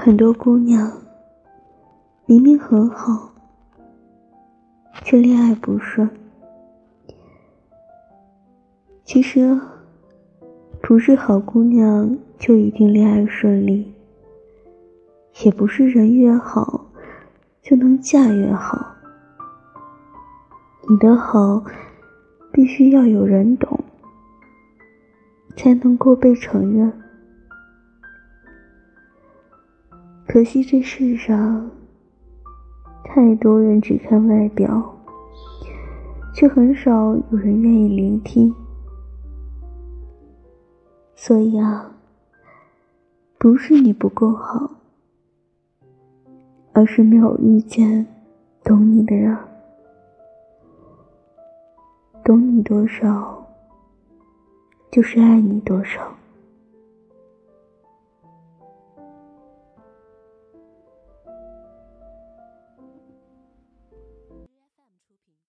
很多姑娘明明很好，却恋爱不顺。其实不是好姑娘就一定恋爱顺利，也不是人越好就能嫁越好。你的好必须要有人懂，才能够被承认。可惜这世上太多人只看外表，却很少有人愿意聆听。所以不是你不够好，而是没有遇见懂你的人。懂你多少，就是爱你多少。